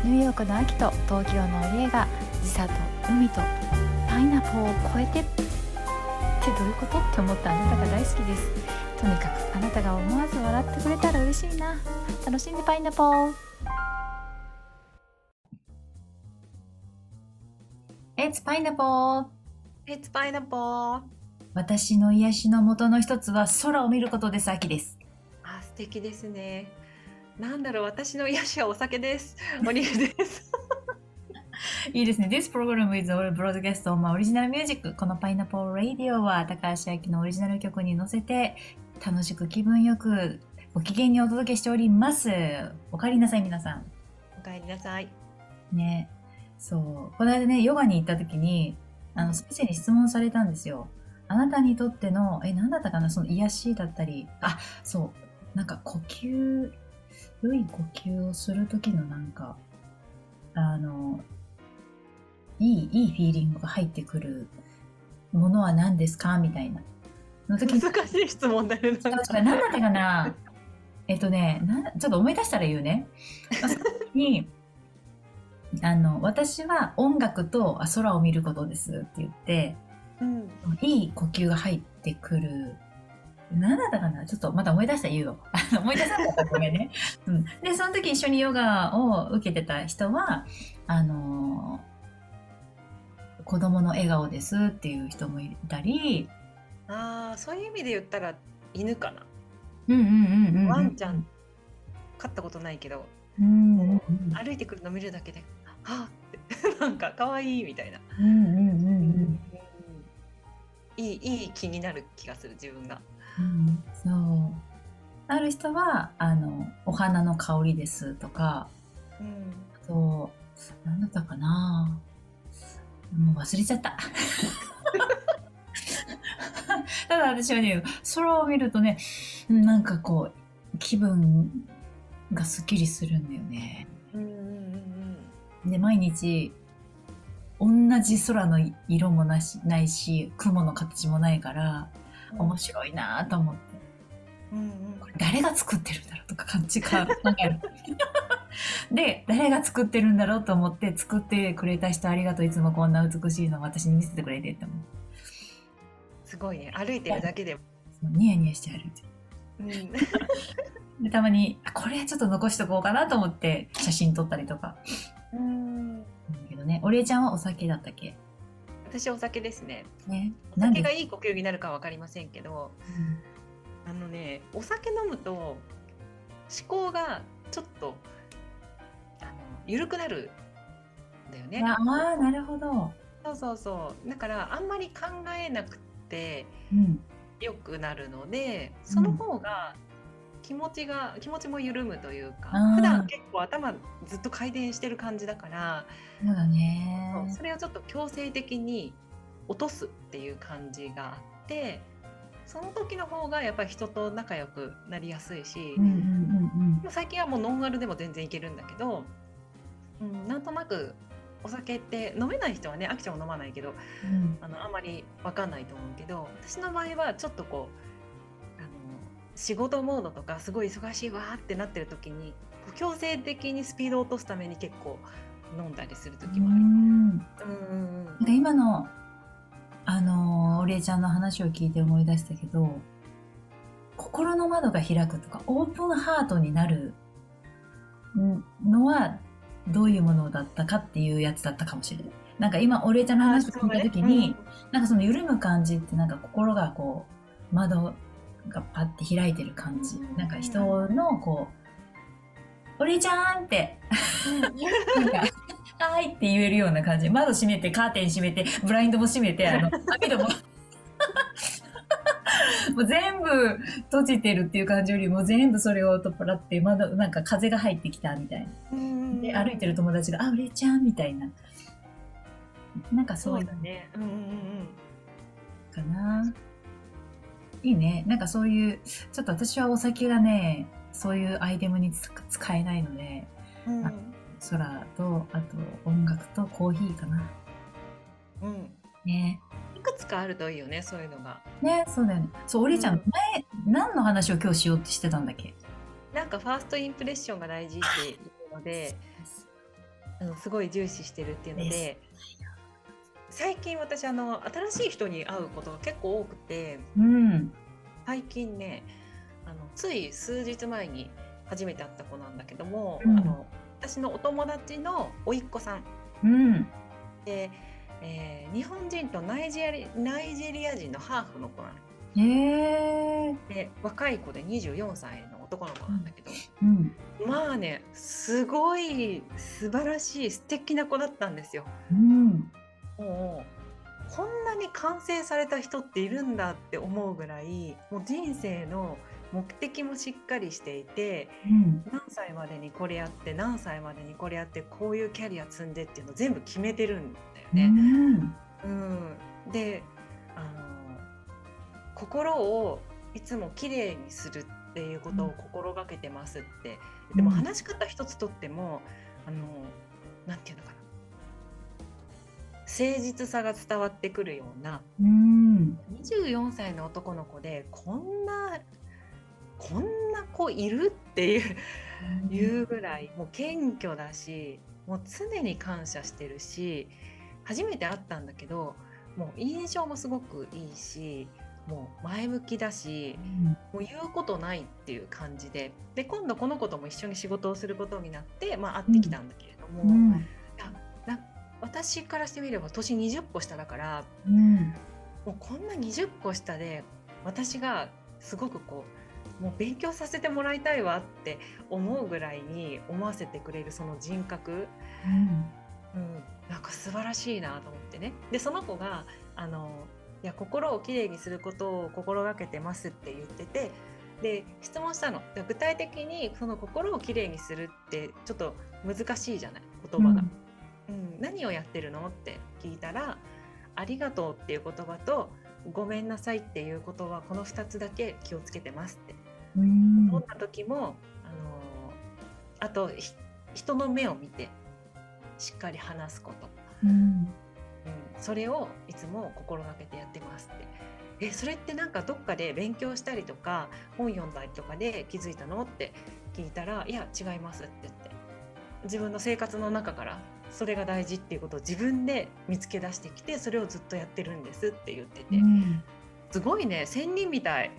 ニューヨークの秋と東京の家が時差と海とパイナポーを越えてってどういうことって思ったあなたが大好きです。とにかくあなたが思わず笑ってくれたら嬉しいな。楽しんでパイナポー。 It's pineapple。 It's pineapple。 私の癒しの元の一つは空を見ることです。秋です。 あ、素敵ですね。なんだろう、私の癒しはお酒です。お肉です。 いいですね。This program is all broadcast on my original music。このパイナポーラディオは高橋明のオリジナル曲に乗せて楽しく気分よくご機嫌にお届けしております。お帰りなさい皆さん。 お帰りなさい。 ね。そう。この間ね、ヨガに行った時に、先生に質問されたんですよ。あなたにとっての、何だったかな、その癒しだったり、そう。なんか呼吸、良い呼吸をする時のなんか、いいフィーリングが入ってくるものは何ですかみたいな。 の時難しい質問だよね。 何だったかなちょっと思い出したら言うね。その時に、私は音楽と空を見ることですって言って、いい呼吸が入ってくる。何だったかなちょっとまた思い出したら言うよ。思い出さなかったらごめんね。で、その時一緒にヨガを受けてた人は、子供の笑顔ですっていう人もいたり。 そういう意味で言ったら犬かな。ワンちゃん飼ったことないけど、歩いてくるの見るだけではってなんか可愛いみたいな。いい気になる気がする自分が。 そう。ある人はお花の香りですとか、あと何だったかな。もう忘れちゃった。ただ私はね、空を見るとね、なんかこう気分がすっきりするんだよね。で、毎日同じ空の色もないし、雲の形もないから面白いなと思って。これ誰が作ってるんだろうとか考える。で、誰が作ってるんだろうと思って、作ってくれた人ありがとう。いつもこんな美しいの私に見せてくれてって思う。 すごいね。歩いてるだけでも。 ニヤニヤして歩いてる。で、たまに、これちょっと残しとこうかなと思って写真撮ったりとか。だけどね、お礼ちゃんはお酒だったっけ？ 私お酒ですね。 お酒がいい呼吸になるかわかりませんけど、お酒飲むと思考がちょっと緩くなるんだよね。 なるほど。 そうだからあんまり考えなくて良くなるので、その方が気持ちも緩むというか、普段結構頭ずっと回転してる感じだから、 そうだね。 それをちょっと強制的に落とすっていう感じがあって、その時の方がやっぱり人と仲良くなりやすいし、最近はもうノンアルでも全然いけるんだけど、なんとなくお酒って飲めない人はね、あきちゃんも飲まないけど、あんまり分かんないと思うけど、私の場合はちょっとこう仕事モードとかすごい忙しいわってなってる時に強制的にスピードを落とすために結構飲んだりする時もある。 今のお礼ちゃんの話を聞いて思い出したけど、心の窓が開くとかオープンハートになるのはどういうものだったかっていうやつだったかもしれない。なんか今お礼ちゃんの話を聞いた時に、なんかその緩む感じってなんか心がこう窓がパッて開いてる感じ。なんか人のこう、お礼ちゃんって、なんか、はいって言えるような感じ。窓閉めて、カーテン閉めて、ブラインドも閉めて、網戸も、もう全部閉じてるっていう感じよりも全部それを取っ払って、窓、なんか風が入ってきたみたいな。で、歩いてる友達が、お礼ちゃんみたいな。なんかそういう。 そうだね。 かな。いいね。なんかそういう、ちょっと私はお酒がね、そういうアイテムに使えないので、空と、あと音楽とコーヒーかな。ね。 いくつかあるといいよね、そういうのが。 ね、そうだよね。そう、おりちゃん、前、何の話を今日しようってしてたんだっけ？ なんかファーストインプレッションが大事っていうので、 すごい重視してるっていうのです。 で、最近私新しい人に会うことが結構多くて、 うん。 最近ねつい数日前に初めて会った子なんだけども、 うん。 私のお友達の甥っ子さんうん。 で、日本人とナイジェリア人のハーフの子なの。 へえ。 で若い子で24歳の男の子うん。 なんだけど、 うん。 まあねすごい素晴らしい素敵な子だったんですよ。 うん。 もうこんなに完成された人っているんだって思うぐらい、もう人生の目的もしっかりしていて、 うん。 何歳までにこれやって何歳までにこれやってこういうキャリア積んでっていうのを全部決めてるんだようね。 ん。 うん、であの心をいつもきれいにするっていうことを心がけてますって。でもうん。 話し方一つとってもなんていうのかな、誠実さが伝わってくるようなうん。 24歳の男の子でこんな子いるっていういうぐらいもう謙虚だし、もう常に感謝してるし、初めて会ったんだけどもう印象もすごくいいし、もう前向きだし、もう言うことないっていう感じで今度この子とも一緒に仕事をすることになって、まあ、会ってきたんだけれども、 うん。 いやな私からしてみれば年20個下だから、 うん。 もうこんな20個下で私がすごくもう勉強させてもらいたいわって思うぐらいに思わせてくれるその人格、 うん。 うん、なんか素晴らしいなと思ってね。でその子がいや心をきれいにすることを心がけてますって言ってて、で質問したの。具体的にその心をきれいにするってちょっと難しいじゃない、言葉が。 うん。 うん、何をやってるのって聞いたら、ありがとうっていう言葉とごめんなさいっていう言葉、この2つだけ気をつけてますって。 うん。 どんな時もあと人の目を見てしっかり話すこと、 うん。 それをいつも心がけてやってますって。それってなんかどっかで勉強したりとか本読んだりとかで気づいたのって聞いたら、いや違いますって言って、自分の生活の中からそれが大事っていうことを自分で見つけ出してきて、それをずっとやってるんですって言ってて、 うん。 すごいね、仙人みたい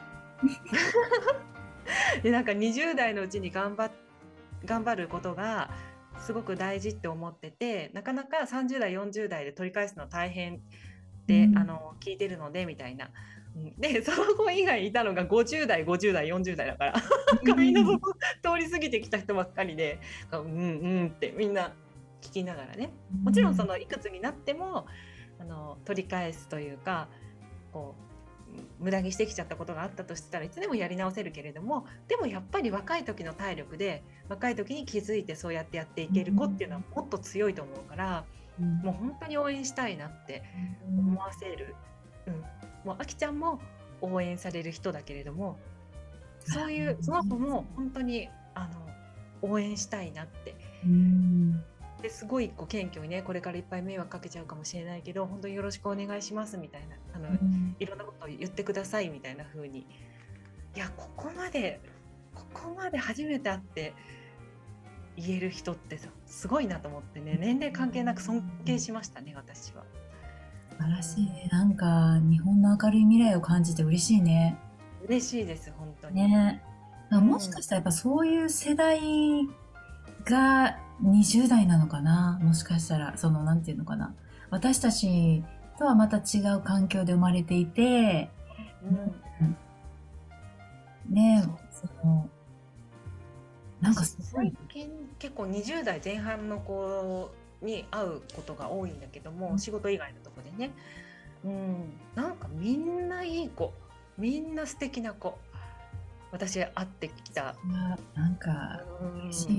で、なんか20代のうちに頑張ることがすごく大事って思ってて、なかなか30代40代で取り返すの大変ってうん。 聞いてるのでみたいな。でその子以外いたのが50代50代40代だからなんかみんなそこ通り過ぎてきた人ばっかりで、うんうんってみんな聞きながらね、もちろんそのいくつになっても取り返すというか、こ無駄にしてきちゃったことがあったとしたらいつでもやり直せるけれども、でもやっぱり若い時の体力で若い時に気づいてそうやってやっていける子っていうのはもっと強いと思うから、 うん。 もう本当に応援したいなって思わせる、もうあきちゃんも応援される人だけれども、そういうその子も本当に応援したいなって。 うん。 ですごい謙虚にね、これからいっぱい迷惑かけちゃうかもしれないけど本当によろしくお願いしますみたいな、 うん。 いろんなことを言ってくださいみたいな風に、いやここまで初めて会って言える人ってすごいなと思ってね、年齢関係なく尊敬しましたね、私は。 素晴らしいね。なんか、日本の明るい未来を感じて嬉しいね。 嬉しいです本当に。 ね。もしかしたらやっぱそういう世代が20代なのかな、もしかしたら、その、なんていうのかな。私たちとはまた違う環境で生まれていて、 うん、 うんね、 そうその、なんか私すごい、 最近結構20代前半の子に会うことが多いんだけども、仕事以外のとこでね、なんかみんないい子、みんな素敵な子、私会ってきた。 なんか、 うん、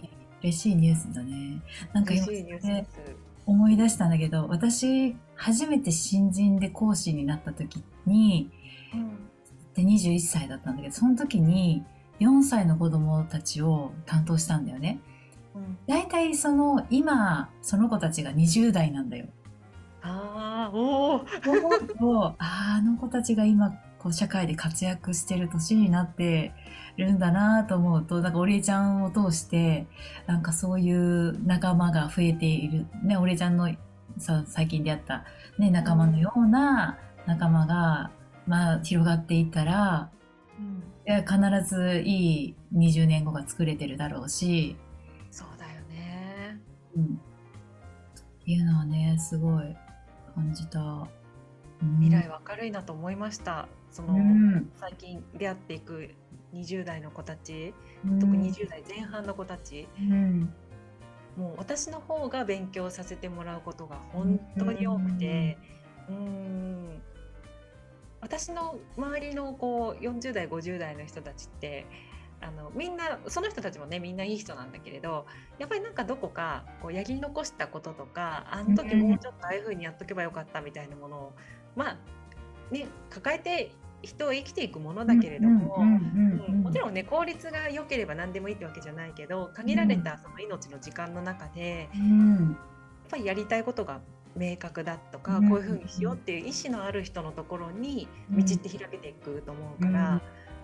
嬉しいニュースだね。なんか今、そ嬉しいニュースれでです。 思い出したんだけど、私、初めて新人で講師になった時に、 うん、 で21歳だったんだけど、その時に4歳の子供たちを担当したんだよね。 うん、 大体今、その子たちが20代なんだよ。 ああ、おお、 そう思うと、あの子たちが今こう社会で活躍してる年になってるんだなと思うと、なんかお礼ちゃんを通してなんかそういう仲間が増えているね、お礼ちゃんの最近出会ったね仲間のような仲間がまあ広がっていったら、いや必ずいい20年後が作れてるだろうし、 そうだよね。 っていうのはねすごい感じた。 未来は明るいなと思いました。その、最近出会っていく20代の子たち、特に20代前半の子たち、もう私の方が勉強させてもらうことが本当に多くて、私の周りのこう40代50代の人たちってみんなその人たちもねみんないい人なんだけれど、やっぱりなんかどこかこうやり残したこととか、あの時もうちょっとああいう風にやっとけばよかったみたいなものをまあね抱えて人を生きていくものだけれども、もちろんね効率が良ければ何でもいいってわけじゃないけど、限られたその命の時間の中で、やっぱりやりたいことが明確だとか、こういう風にしようっていう意思のある人のところに道って開けていくと思うから、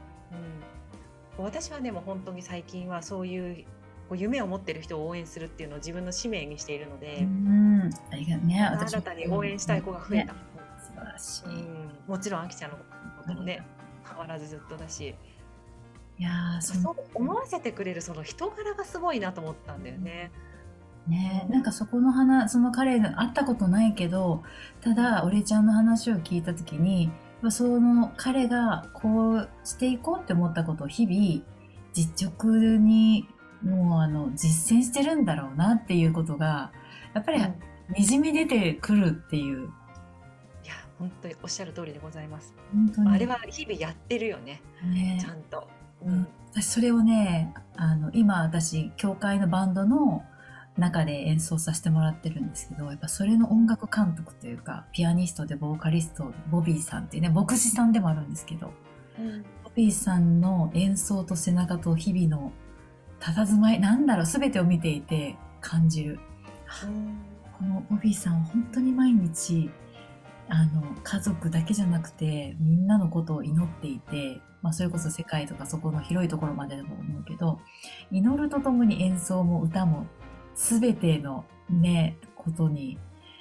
私はでも本当に最近はそういう夢を持ってる人を応援するっていうのを自分の使命にしているので、 ありがとうね。 新たに応援したい子が増えた。 素晴らしい。 もちろんあきちゃんのこともね変わらずずっとだし、 いやそう思わせてくれるその人柄がすごいなと思ったんだよね。 なんかその彼に会ったことないけど、ただお礼ちゃんの話を聞いた時に、その彼がこうしていこうって思ったことを日々実直にもう実践してるんだろうなっていうことがやっぱりにじみ出てくるっていう。 いや本当におっしゃる通りでございます。 本当にあれは日々やってるよね、ちゃんと。 私それをね今私教会のバンドの中で演奏させてもらってるんですけど、やっぱそれの音楽監督というかピアニストでボーカリストボビーさんっていうね牧師さんでもあるんですけど、ボビーさんの演奏と背中と日々の佇まいなんだろう全てを見ていて感じる。このボビーさん本当に毎日家族だけじゃなくてみんなのことを祈っていて、それこそ世界とかそこの広いところまででも思うけど、祈るとともに演奏も歌も全てのねことに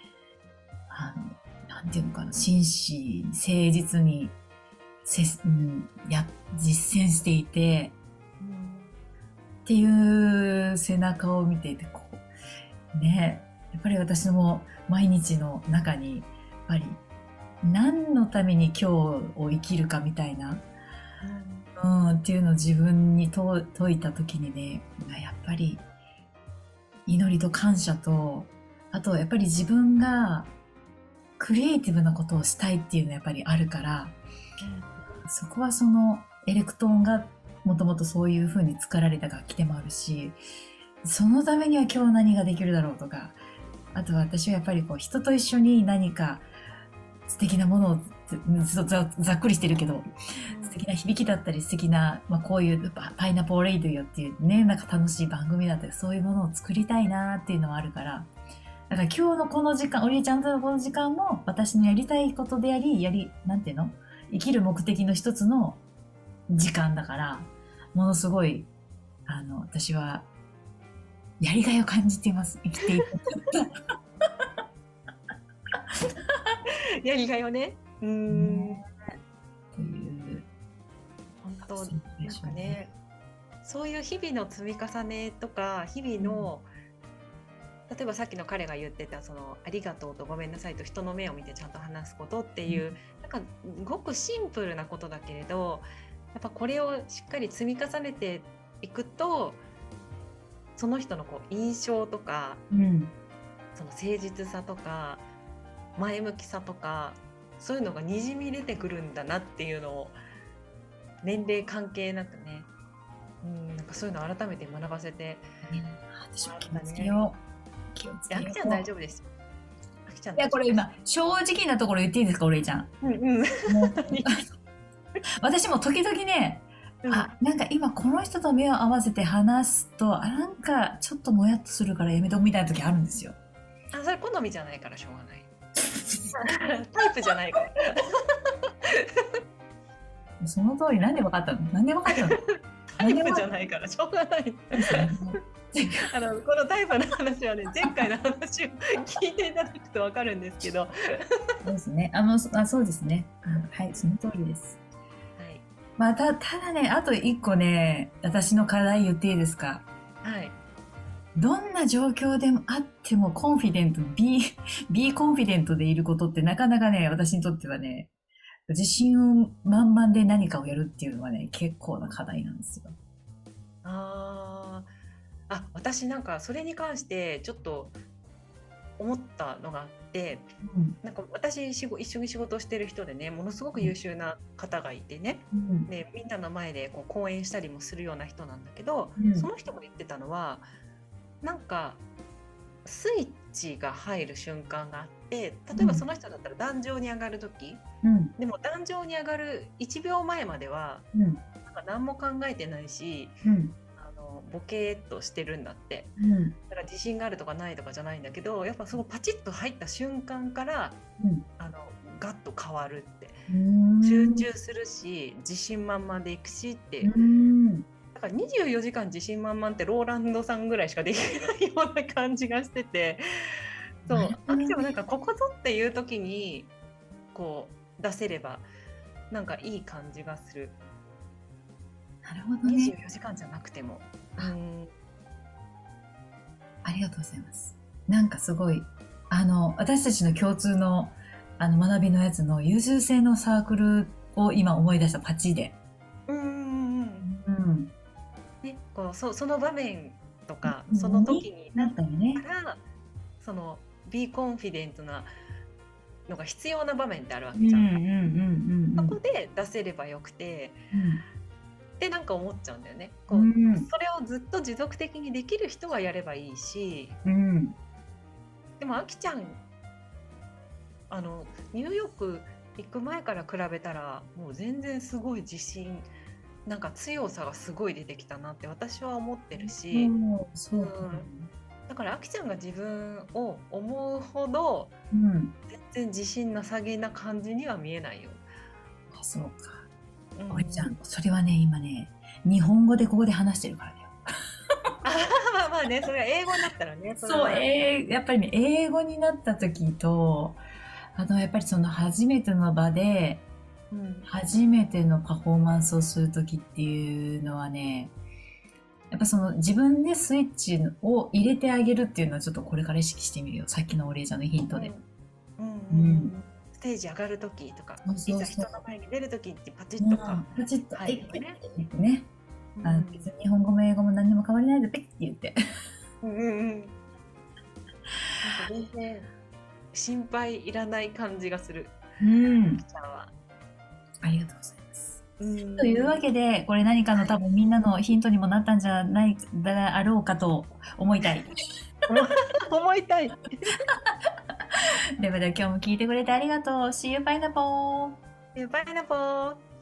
なんていうのかな、真摯誠実に実践していて、っていう背中を見ていてやっぱり私も毎日の中にやっぱり何のために今日を生きるかみたいな、っていうのを自分に解いた時にね、やっぱり祈りと感謝と、あとやっぱり自分がクリエイティブなことをしたいっていうのはやっぱりあるから、そこはそのエレクトーンがもともとそういう風に作られた楽器でもあるし、そのためには今日何ができるだろうとか、あとは私はやっぱりこう人と一緒に何か素敵なものをざっくりしてるけど、素敵な響きだったり素敵な、こういうパイナポーレイドよっていうね、なんか楽しい番組だったりそういうものを作りたいなっていうのはあるから、だから今日のこの時間、おりえちゃんとのこの時間も私のやりたいことでなんていうの、生きる目的の一つの時間だから、ものすごい私はやりがいを感じています、生きていくやりがいをね。 という本当なんかね、そういう日々の積み重ねとか日々の、例えばさっきの彼が言ってたそのありがとうとごめんなさいと人の目を見てちゃんと話すことっていう、なんかごくシンプルなことだけれど、やっぱこれをしっかり積み重ねていくと、その人のこう印象とか、その誠実さとか前向きさとかそういうのがにじみ出てくるんだなっていうのを年齢関係なくね、なんかそういうのを改めて学ばせて、 私も気をつけよう。 あきちゃん大丈夫です。あきちゃん。 いやこれ今正直なところ言っていいですか、お礼ちゃん。私も時々ね、なんか今この人と目を合わせて話すとなんかちょっともやっとするからやめとくみたいな時あるんですよ。 それ好みじゃないからしょうがない。タイプじゃないから。 その通り、なんで分かったの？なんで分かったの？ タイプじゃないからしょうがない。このタイプの話はね、前回の話を聞いていただくと分かるんですけど。 そうですね。そうですね。はい、その通りです。 はい。 まあ、ただね、あと一個ね、私の課題言っていいですか？ はい。 どんな状況でもあってもコンフィデント、be コンフィデントでいることってなかなかね、私にとってはね、自信を満々で何かをやるっていうのはね、結構な課題なんですよ。 私なんかそれに関してちょっと思ったのがあって、 うん、 なんか私一緒に仕事をしてる人でね、ものすごく優秀な方がいてね、 うん、 でみんなの前でこう講演したりもするような人なんだけど、 うん、 その人も言ってたのは、なんかスイッチが入る瞬間があって、例えばその人だったら壇上に上がる時、 うん、 でも壇上に上がる1秒前まではうん、 なんか何も考えてないし、 うん、 ボケーっとしてるんだって。 うん、 だから自信があるとかないとかじゃないんだけど、やっぱそのパチッと入った瞬間からうん、 ガッと変わるって、 うーん、 集中するし自信満々でいくしって、 うーん、 だから24時間自信満々ってローランドさんぐらいしかできないような感じがしてて、そう、あきちゃんもなんかここぞっていう時にこう出せればなんかいい感じがする。 なるほどね。 24時間じゃなくても。 ありがとうございます。なんかすごい、私たちの共通の、学びのやつの優秀性のサークルを今思い出した、パチで。 うん。ね、その場面とか、その時になったら、そのbe confidentなのが必要な場面ってあるわけじゃん。そこで出せればよくて、ってなんか思っちゃうんだよね。それをずっと持続的にできる人はやればいいし、でもあきちゃんニューヨーク行く前から比べたらもう全然すごい自信、なんか強さがすごい出てきたなって私は思ってるし、だからあきちゃんが自分を思うほど、全然自信なさげな感じには見えないよ。 そうか。おいちゃん、それはね、今ね、日本語でここで話してるからだよ。 まあね、それは英語になったらね。 そう、やっぱりね、英語になった時と、やっぱりその初めての場で、初めてのパフォーマンスをする時っていうのはね、やっぱその自分でスイッチを入れてあげるっていうのはちょっとこれから意識してみるよ。さっきのお礼ちゃんのヒントで。 ステージ上がる時とか、いざ人の前に出る時ってパチッとか、 パチッと入ってね。別に日本語も英語も何にも変わりないでペッって言って。 なんか全然心配いらない感じがする。 ありがとうございます。というわけで、これ何かの多分みんなのヒントにもなったんじゃないだろうかと思いたい。 思いたい。 では今日も聞いてくれてありがとう。See you, pineapple! See you, pineapple!